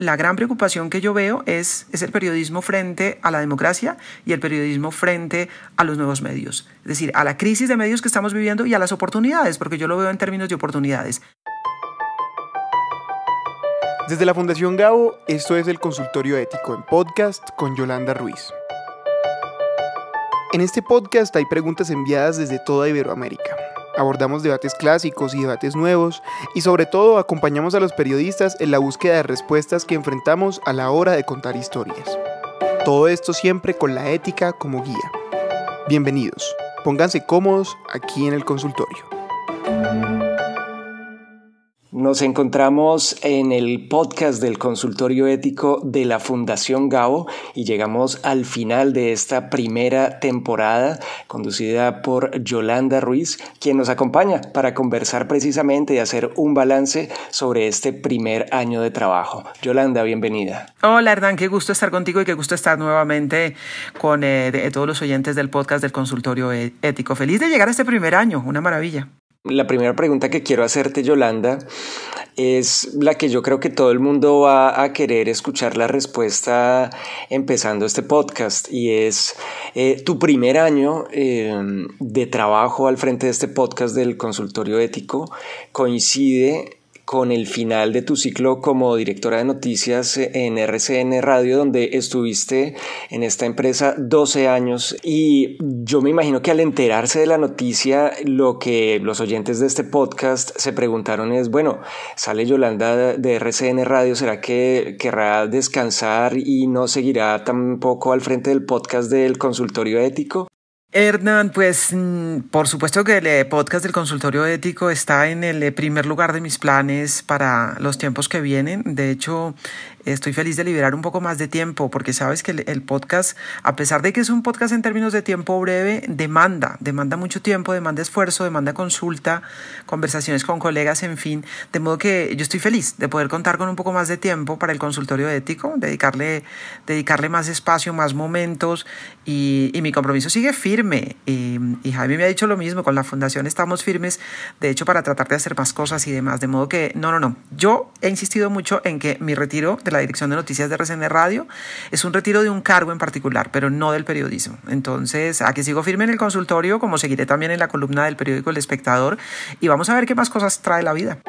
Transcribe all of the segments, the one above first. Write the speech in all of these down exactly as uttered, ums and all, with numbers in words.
La gran preocupación que yo veo es, es el periodismo frente a la democracia y el periodismo frente a los nuevos medios. Es decir, a la crisis de medios que estamos viviendo y a las oportunidades, porque yo lo veo en términos de oportunidades. Desde la Fundación Gabo, esto es el Consultorio Ético en podcast con Yolanda Ruiz. En este podcast hay preguntas enviadas desde toda Iberoamérica. Abordamos debates clásicos y debates nuevos y sobre todo acompañamos a los periodistas en la búsqueda de respuestas que enfrentamos a la hora de contar historias. Todo esto siempre con la ética como guía. Bienvenidos, pónganse cómodos aquí en el consultorio. Nos encontramos en el podcast del Consultorio Ético de la Fundación Gabo y llegamos al final de esta primera temporada conducida por Yolanda Ruiz, quien nos acompaña para conversar precisamente y hacer un balance sobre este primer año de trabajo. Yolanda, bienvenida. Hola Hernán, qué gusto estar contigo y qué gusto estar nuevamente con eh, de, todos los oyentes del podcast del Consultorio Ético. Feliz de llegar a este primer año, una maravilla. La primera pregunta que quiero hacerte, Yolanda, es la que yo creo que todo el mundo va a querer escuchar la respuesta empezando este podcast, y es eh, tu primer año eh, de trabajo al frente de este podcast del Consultorio Ético coincide con el final de tu ciclo como directora de noticias en R C N Radio, donde estuviste en esta empresa doce años. Y yo me imagino que al enterarse de la noticia, lo que los oyentes de este podcast se preguntaron es, bueno, sale Yolanda de R C N Radio, ¿será que querrá descansar y no seguirá tampoco al frente del podcast del Consultorio Ético? Hernán, pues por supuesto que el podcast del Consultorio Ético está en el primer lugar de mis planes para los tiempos que vienen. De hecho, estoy feliz de liberar un poco más de tiempo porque sabes que el podcast, a pesar de que es un podcast en términos de tiempo breve, demanda, demanda mucho tiempo, demanda esfuerzo, demanda consulta, conversaciones con colegas, en fin. De modo que yo estoy feliz de poder contar con un poco más de tiempo para el Consultorio Ético, dedicarle, dedicarle más espacio, más momentos y, y mi compromiso sigue firme. Y, y Jaime me ha dicho lo mismo, con la fundación estamos firmes, de hecho, para tratar de hacer más cosas y demás, de modo que no, no, no, yo he insistido mucho en que mi retiro de la dirección de noticias de R C N Radio es un retiro de un cargo en particular, pero no del periodismo. Entonces, aquí sigo firme en el consultorio, como seguiré también en la columna del periódico El Espectador, y vamos a ver qué más cosas trae la vida.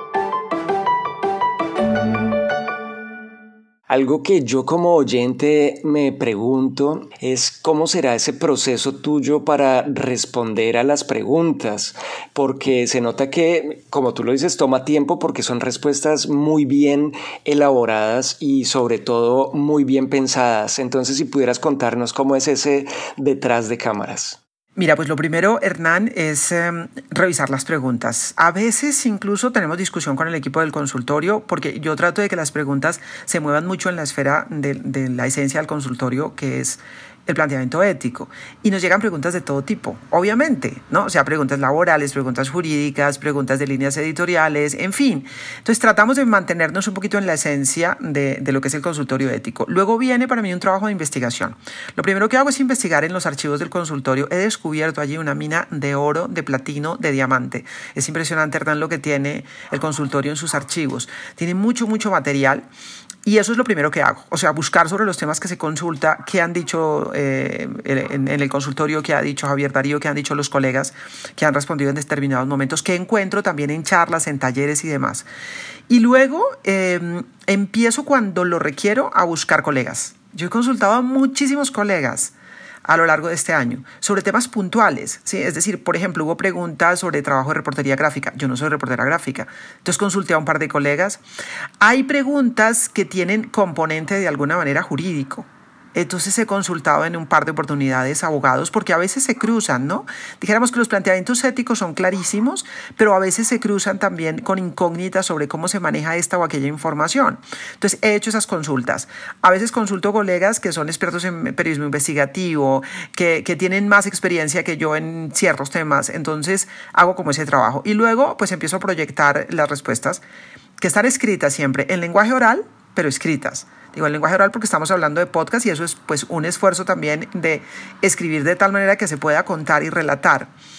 Algo que yo como oyente me pregunto es cómo será ese proceso tuyo para responder a las preguntas, porque se nota que, como tú lo dices, toma tiempo porque son respuestas muy bien elaboradas y sobre todo muy bien pensadas. Entonces, si pudieras contarnos cómo es ese detrás de cámaras. Mira, pues lo primero, Hernán, es eh, revisar las preguntas. A veces incluso tenemos discusión con el equipo del consultorio porque yo trato de que las preguntas se muevan mucho en la esfera de, de la esencia del consultorio, que es el planteamiento ético. Y nos llegan preguntas de todo tipo, obviamente, ¿no? O sea, preguntas laborales, preguntas jurídicas, preguntas de líneas editoriales, en fin. Entonces tratamos de mantenernos un poquito en la esencia de, de lo que es el consultorio ético. Luego viene para mí un trabajo de investigación. Lo primero que hago es investigar en los archivos del consultorio. He descubierto allí una mina de oro, de platino, de diamante. Es impresionante, Hernán, lo que tiene el consultorio en sus archivos. Tiene mucho, mucho material. Y eso es lo primero que hago, o sea, buscar sobre los temas que se consulta, qué han dicho eh, en, en el consultorio, qué ha dicho Javier Darío, qué han dicho los colegas, que han respondido en determinados momentos, qué encuentro también en charlas, en talleres y demás. Y luego eh, empiezo cuando lo requiero a buscar colegas. Yo he consultado a muchísimos colegas a lo largo de este año, sobre temas puntuales, ¿sí? Es decir, por ejemplo, hubo preguntas sobre trabajo de reportería gráfica. Yo no soy reportera gráfica, entonces consulté a un par de colegas. Hay preguntas que tienen componente de alguna manera jurídico. Entonces he consultado en un par de oportunidades abogados porque a veces se cruzan, ¿no? Dijéramos que los planteamientos éticos son clarísimos, pero a veces se cruzan también con incógnitas sobre cómo se maneja esta o aquella información. Entonces he hecho esas consultas. A veces consulto colegas que son expertos en periodismo investigativo, que, que tienen más experiencia que yo en ciertos temas. Entonces hago como ese trabajo. Y luego pues empiezo a proyectar las respuestas que están escritas siempre en lenguaje oral, pero escritas. Digo, el lenguaje oral porque estamos hablando de podcast y eso es pues un esfuerzo también de escribir de tal manera que se pueda contar y relatar.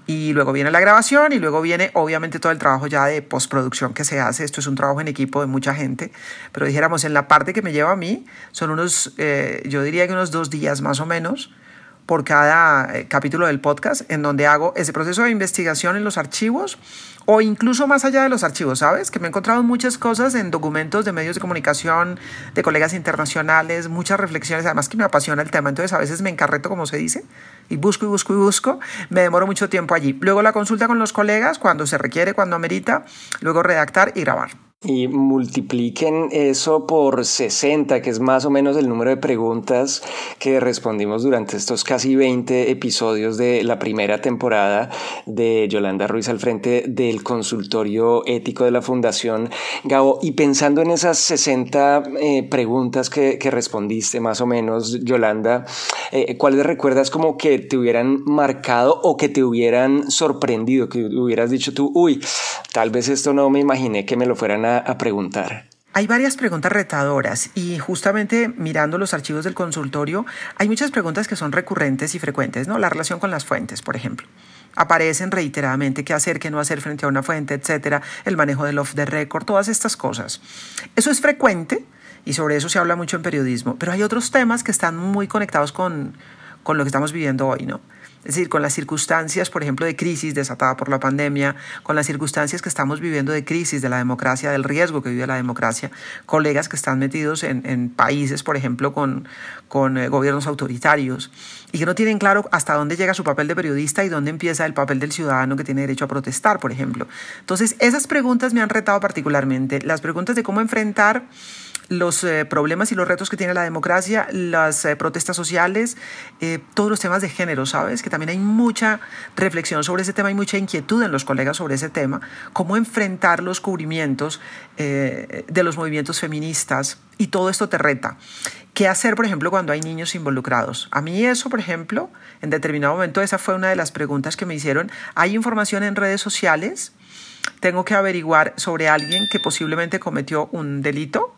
Y luego viene la grabación y luego viene obviamente todo el trabajo ya de postproducción que se hace. Esto es un trabajo en equipo de mucha gente, pero dijéramos en la parte que me lleva a mí son unos, eh, yo diría que unos dos días más o menos por cada eh, capítulo del podcast, en donde hago ese proceso de investigación en los archivos o incluso más allá de los archivos, ¿sabes? Que me he encontrado muchas cosas en documentos de medios de comunicación, de colegas internacionales, muchas reflexiones, además que me apasiona el tema, entonces a veces me encarreto, como se dice, y busco y busco y busco, me demoro mucho tiempo allí. Luego la consulta con los colegas, cuando se requiere, cuando amerita, luego redactar y grabar. Y multipliquen eso por sesenta, que es más o menos el número de preguntas que respondimos durante estos casi veinte episodios de la primera temporada de Yolanda Ruiz al frente del consultorio ético de la Fundación Gabo. Y pensando en esas sesenta eh, preguntas que, que respondiste más o menos, Yolanda, eh, ¿cuáles recuerdas como que te hubieran marcado o que te hubieran sorprendido, que hubieras dicho tú, uy, tal vez esto no me imaginé que me lo fueran a a preguntar? Hay varias preguntas retadoras y justamente mirando los archivos del consultorio hay muchas preguntas que son recurrentes y frecuentes, ¿no? La relación con las fuentes, por ejemplo. Aparecen reiteradamente qué hacer, qué no hacer frente a una fuente, etcétera, el manejo del off the record, todas estas cosas. Eso es frecuente y sobre eso se habla mucho en periodismo, pero hay otros temas que están muy conectados con, con lo que estamos viviendo hoy, ¿no? Es decir, con las circunstancias, por ejemplo, de crisis desatada por la pandemia, con las circunstancias que estamos viviendo de crisis de la democracia, del riesgo que vive la democracia, colegas que están metidos en, en países, por ejemplo, con, con eh, gobiernos autoritarios y que no tienen claro hasta dónde llega su papel de periodista y dónde empieza el papel del ciudadano que tiene derecho a protestar, por ejemplo. Entonces, esas preguntas me han retado particularmente. Las preguntas de cómo enfrentar los eh, problemas y los retos que tiene la democracia, las eh, protestas sociales, eh, todos los temas de género, ¿sabes? Que también hay mucha reflexión sobre ese tema, hay mucha inquietud en los colegas sobre ese tema, cómo enfrentar los cubrimientos eh, de los movimientos feministas y todo esto te reta. ¿Qué hacer, por ejemplo, cuando hay niños involucrados? A mí eso, por ejemplo, en determinado momento esa fue una de las preguntas que me hicieron. Hay información en redes sociales, tengo que averiguar sobre alguien que posiblemente cometió un delito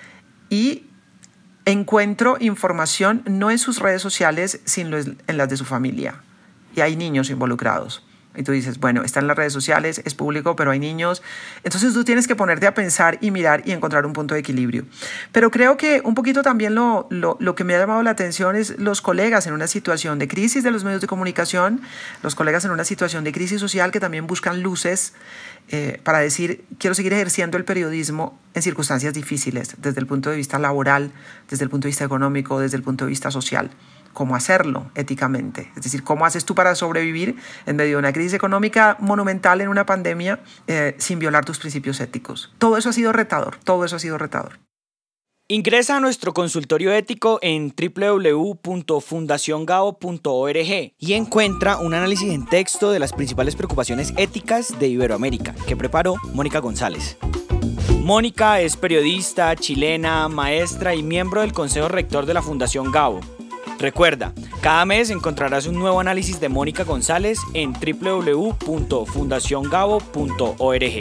y encuentro información no en sus redes sociales, sino en las de su familia. Y hay niños involucrados. Y tú dices, bueno, está en las redes sociales, es público, pero hay niños. Entonces tú tienes que ponerte a pensar y mirar y encontrar un punto de equilibrio. Pero creo que un poquito también lo, lo, lo que me ha llamado la atención es los colegas en una situación de crisis de los medios de comunicación, los colegas en una situación de crisis social que también buscan luces eh, para decir, quiero seguir ejerciendo el periodismo en circunstancias difíciles, desde el punto de vista laboral, desde el punto de vista económico, desde el punto de vista social. Cómo hacerlo éticamente. Es decir, cómo haces tú para sobrevivir en medio de una crisis económica monumental en una pandemia eh, sin violar tus principios éticos. Todo eso ha sido retador, todo eso ha sido retador. Ingresa a nuestro consultorio ético en doble u doble u doble u punto fundación gabo punto org y encuentra un análisis en texto de las principales preocupaciones éticas de Iberoamérica que preparó Mónica González. Mónica es periodista, chilena, maestra y miembro del Consejo Rector de la Fundación Gabo. Recuerda, cada mes encontrarás un nuevo análisis de Mónica González en doble u doble u doble u punto fundación gabo punto org.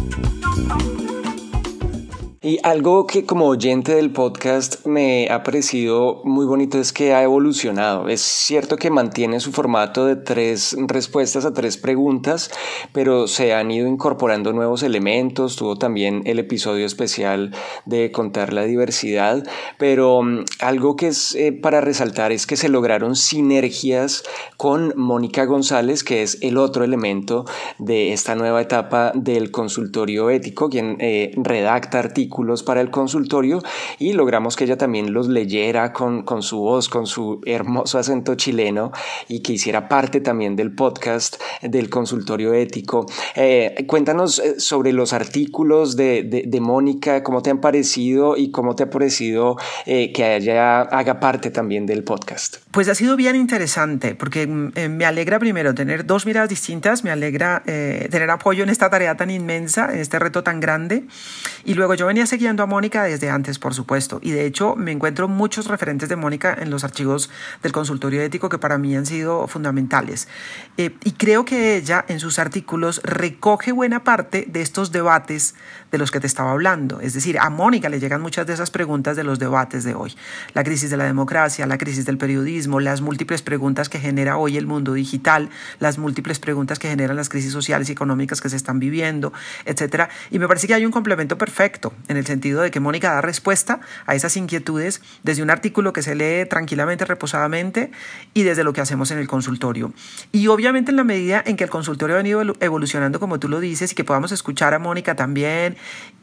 Y algo que como oyente del podcast me ha parecido muy bonito es que ha evolucionado. Es cierto que mantiene su formato de tres respuestas a tres preguntas, pero se han ido incorporando nuevos elementos. Tuvo también el episodio especial de contar la diversidad, pero um, algo que es eh, para resaltar es que se lograron sinergias con Mónica González, que es el otro elemento de esta nueva etapa del consultorio ético, quien eh, redacta artículos para el consultorio, y logramos que ella también los leyera con, con su voz, con su hermoso acento chileno, y que hiciera parte también del podcast del consultorio ético. Eh, cuéntanos sobre los artículos de, de, de Mónica, cómo te han parecido y cómo te ha parecido eh, que ella haga parte también del podcast. Pues ha sido bien interesante, porque eh, me alegra primero tener dos miradas distintas, me alegra eh, tener apoyo en esta tarea tan inmensa, en este reto tan grande, y luego yo venía venía siguiendo a Mónica desde antes, por supuesto, y de hecho me encuentro muchos referentes de Mónica en los archivos del consultorio ético que para mí han sido fundamentales. Eh, y creo que ella en sus artículos recoge buena parte de estos debates de los que te estaba hablando. Es decir, a Mónica le llegan muchas de esas preguntas de los debates de hoy. La crisis de la democracia, la crisis del periodismo, las múltiples preguntas que genera hoy el mundo digital, las múltiples preguntas que generan las crisis sociales y económicas que se están viviendo, etcétera. Y me parece que hay un complemento perfecto en el sentido de que Mónica da respuesta a esas inquietudes desde un artículo que se lee tranquilamente, reposadamente y desde lo que hacemos en el consultorio. Y obviamente en la medida en que el consultorio ha venido evolucionando, como tú lo dices, y que podamos escuchar a Mónica también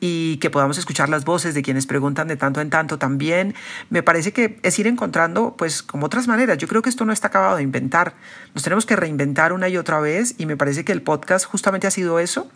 y que podamos escuchar las voces de quienes preguntan de tanto en tanto también, me parece que es ir encontrando pues como otras maneras. Yo creo que esto no está acabado de inventar, nos tenemos que reinventar una y otra vez y me parece que el podcast justamente ha sido eso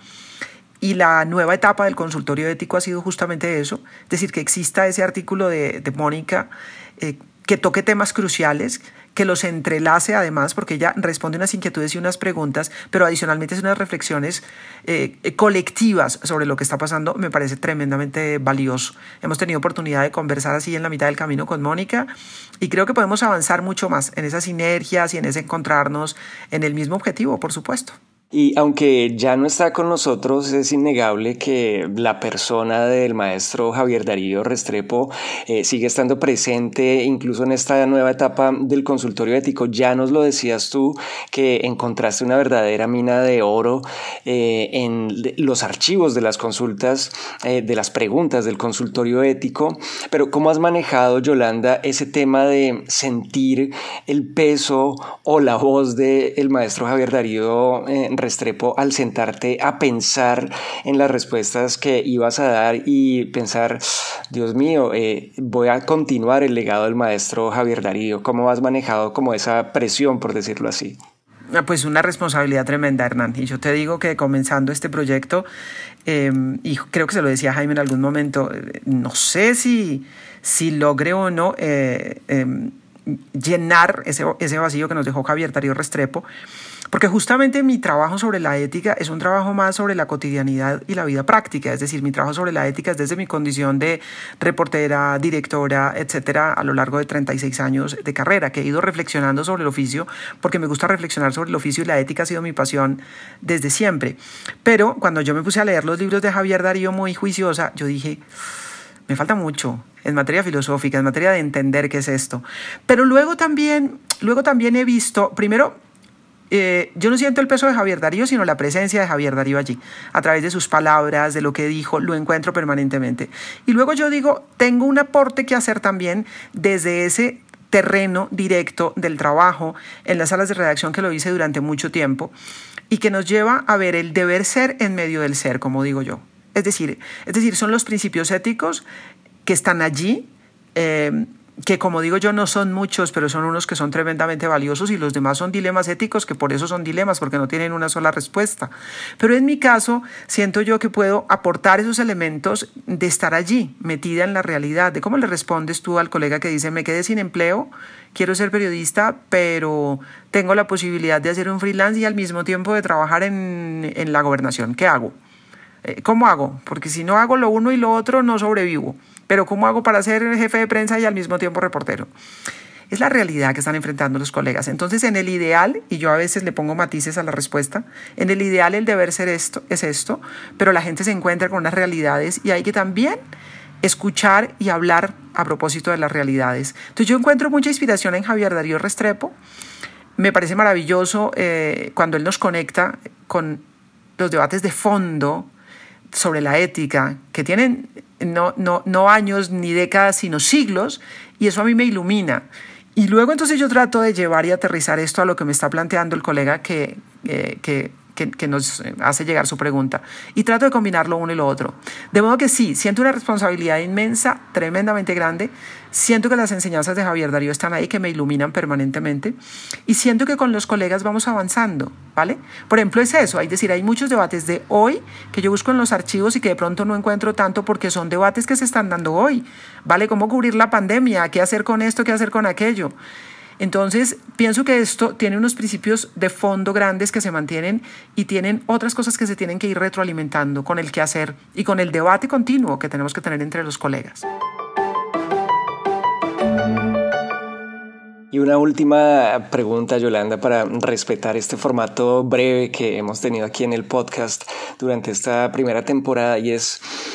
y la nueva etapa del consultorio ético ha sido justamente eso, es decir, que exista ese artículo de, de Mónica eh, que toque temas cruciales, que los entrelace además, porque ella responde unas inquietudes y unas preguntas, pero adicionalmente hace unas reflexiones eh, colectivas sobre lo que está pasando, me parece tremendamente valioso. Hemos tenido oportunidad de conversar así en la mitad del camino con Mónica y creo que podemos avanzar mucho más en esas sinergias y en ese encontrarnos en el mismo objetivo, por supuesto. Y aunque ya no está con nosotros, es innegable que la persona del maestro Javier Darío Restrepo eh, sigue estando presente incluso en esta nueva etapa del consultorio ético. Ya nos lo decías tú, que encontraste una verdadera mina de oro eh, en los archivos de las consultas, eh, de las preguntas del consultorio ético. Pero ¿cómo has manejado, Yolanda, ese tema de sentir el peso o la voz del maestro Javier Darío eh, Restrepo al sentarte a pensar en las respuestas que ibas a dar y pensar, Dios mío, eh, voy a continuar el legado del maestro Javier Darío? ¿Cómo has manejado como esa presión, por decirlo así? Pues una responsabilidad tremenda, Hernán. Y yo te digo que comenzando este proyecto, eh, y creo que se lo decía Jaime en algún momento, eh, no sé si, si logré o no eh, eh, llenar ese, ese vacío que nos dejó Javier Darío Restrepo, porque justamente mi trabajo sobre la ética es un trabajo más sobre la cotidianidad y la vida práctica, es decir, mi trabajo sobre la ética es desde mi condición de reportera, directora, etcétera, a lo largo de treinta y seis años de carrera, que he ido reflexionando sobre el oficio, porque me gusta reflexionar sobre el oficio y la ética ha sido mi pasión desde siempre. Pero cuando yo me puse a leer los libros de Javier Darío muy juiciosa, yo dije, me falta mucho en materia filosófica, en materia de entender qué es esto. Pero luego también, luego también he visto, primero, Eh, yo no siento el peso de Javier Darío, sino la presencia de Javier Darío allí, a través de sus palabras, de lo que dijo, lo encuentro permanentemente. Y luego yo digo, tengo un aporte que hacer también desde ese terreno directo del trabajo en las salas de redacción que lo hice durante mucho tiempo y que nos lleva a ver el deber ser en medio del ser, como digo yo. Es decir, es decir son los principios éticos que están allí, eh, que como digo yo no son muchos, pero son unos que son tremendamente valiosos y los demás son dilemas éticos que por eso son dilemas, porque no tienen una sola respuesta. Pero en mi caso siento yo que puedo aportar esos elementos de estar allí, metida en la realidad, de cómo le respondes tú al colega que dice me quedé sin empleo, quiero ser periodista, pero tengo la posibilidad de hacer un freelance y al mismo tiempo de trabajar en, en la gobernación. ¿Qué hago? ¿Cómo hago? Porque si no hago lo uno y lo otro no sobrevivo. Pero ¿cómo hago para ser jefe de prensa y al mismo tiempo reportero? Es la realidad que están enfrentando los colegas. Entonces, en el ideal, y yo a veces le pongo matices a la respuesta, en el ideal el deber ser esto, es esto, pero la gente se encuentra con unas realidades y hay que también escuchar y hablar a propósito de las realidades. Entonces, yo encuentro mucha inspiración en Javier Darío Restrepo. Me parece maravilloso eh, cuando él nos conecta con los debates de fondo sobre la ética, que tienen no, no, no años ni décadas, sino siglos, y eso a mí me ilumina. Y luego entonces yo trato de llevar y aterrizar esto a lo que me está planteando el colega que, eh, que, que, que nos hace llegar su pregunta. Y trato de combinar lo uno y lo otro. De modo que sí, siento una responsabilidad inmensa, tremendamente grande. Siento que las enseñanzas de Javier Darío están ahí, que me iluminan permanentemente. Y siento que con los colegas vamos avanzando, ¿vale? Por ejemplo, es eso. Es decir, hay muchos debates de hoy que yo busco en los archivos y que de pronto no encuentro tanto porque son debates que se están dando hoy, ¿vale? ¿Cómo cubrir la pandemia? ¿Qué hacer con esto? ¿Qué hacer con aquello? Entonces, pienso que esto tiene unos principios de fondo grandes que se mantienen y tienen otras cosas que se tienen que ir retroalimentando con el quehacer y con el debate continuo que tenemos que tener entre los colegas. Y una última pregunta, Yolanda, para respetar este formato breve que hemos tenido aquí en el podcast durante esta primera temporada, y es,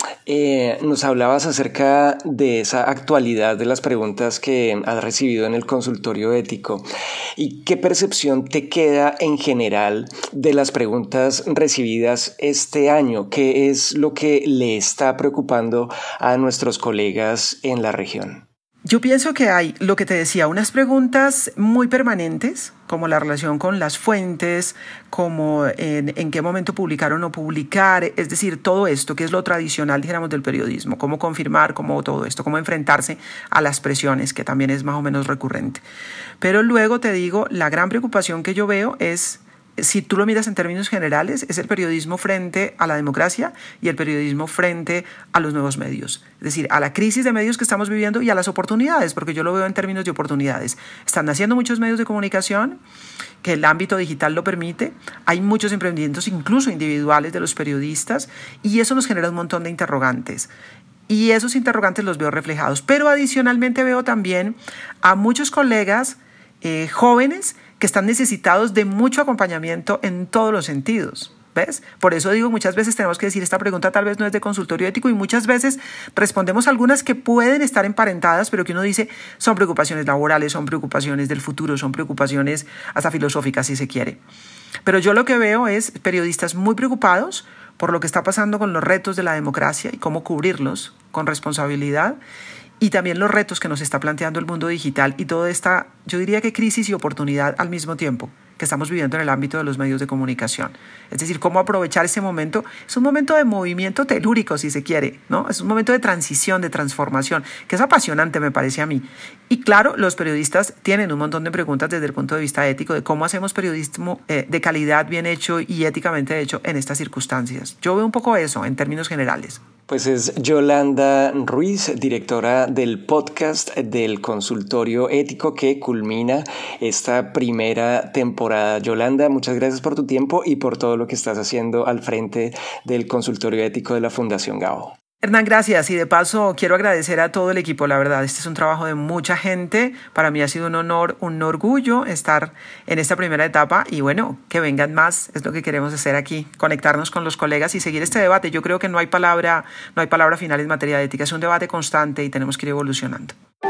eh, nos hablabas acerca de esa actualidad de las preguntas que has recibido en el consultorio ético. ¿Y qué percepción te queda en general de las preguntas recibidas este año? ¿Qué es lo que le está preocupando a nuestros colegas en la región? Yo pienso que hay, lo que te decía, unas preguntas muy permanentes, como la relación con las fuentes, como en, en qué momento publicar o no publicar, es decir, todo esto que es lo tradicional, dijéramos, del periodismo, cómo confirmar, cómo todo esto, cómo enfrentarse a las presiones, que también es más o menos recurrente. Pero luego te digo, la gran preocupación que yo veo es, si tú lo miras en términos generales, es el periodismo frente a la democracia y el periodismo frente a los nuevos medios. Es decir, a la crisis de medios que estamos viviendo y a las oportunidades, porque yo lo veo en términos de oportunidades. Están naciendo muchos medios de comunicación, que el ámbito digital lo permite. Hay muchos emprendimientos, incluso individuales, de los periodistas, y eso nos genera un montón de interrogantes. Y esos interrogantes los veo reflejados. Pero adicionalmente veo también a muchos colegas eh, jóvenes que están necesitados de mucho acompañamiento en todos los sentidos, ¿ves? Por eso digo, muchas veces tenemos que decir, esta pregunta tal vez no es de consultorio ético, y muchas veces respondemos algunas que pueden estar emparentadas, pero que uno dice, son preocupaciones laborales, son preocupaciones del futuro, son preocupaciones hasta filosóficas, si se quiere. Pero yo lo que veo es periodistas muy preocupados por lo que está pasando con los retos de la democracia y cómo cubrirlos con responsabilidad, y también los retos que nos está planteando el mundo digital y toda esta, yo diría que crisis y oportunidad al mismo tiempo que estamos viviendo en el ámbito de los medios de comunicación. Es decir, cómo aprovechar ese momento. Es un momento de movimiento telúrico, si se quiere, ¿no? Es un momento de transición, de transformación, que es apasionante, me parece a mí. Y claro, los periodistas tienen un montón de preguntas desde el punto de vista ético de cómo hacemos periodismo eh, de calidad, bien hecho y éticamente hecho en estas circunstancias. Yo veo un poco eso en términos generales. Pues es Yolanda Ruiz, directora del podcast del Consultorio Ético, que culmina esta primera temporada. Yolanda, muchas gracias por tu tiempo y por todo lo que estás haciendo al frente del Consultorio Ético de la Fundación Gabo. Hernán, gracias. Y de paso quiero agradecer a todo el equipo, la verdad. Este es un trabajo de mucha gente. Para mí ha sido un honor, un orgullo estar en esta primera etapa y bueno, que vengan más, es lo que queremos hacer aquí, conectarnos con los colegas y seguir este debate. Yo creo que no hay palabra, no hay palabra final en materia de ética, es un debate constante y tenemos que ir evolucionando.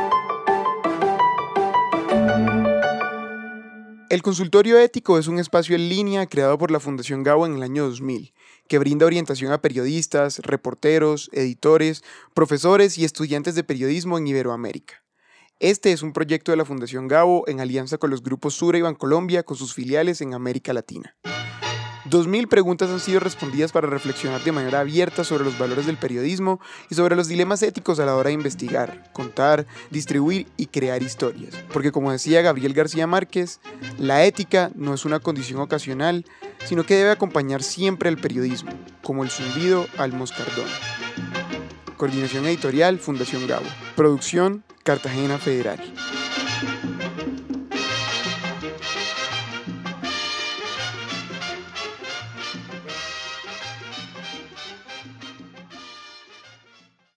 El Consultorio Ético es un espacio en línea creado por la Fundación Gabo en el año dos mil, que brinda orientación a periodistas, reporteros, editores, profesores y estudiantes de periodismo en Iberoamérica. Este es un proyecto de la Fundación Gabo en alianza con los grupos Sura y Bancolombia con sus filiales en América Latina. Dos mil preguntas han sido respondidas para reflexionar de manera abierta sobre los valores del periodismo y sobre los dilemas éticos a la hora de investigar, contar, distribuir y crear historias. Porque como decía Gabriel García Márquez, la ética no es una condición ocasional, sino que debe acompañar siempre al periodismo, como el zumbido al moscardón. Coordinación editorial, Fundación Gabo. Producción, Cartagena Federal.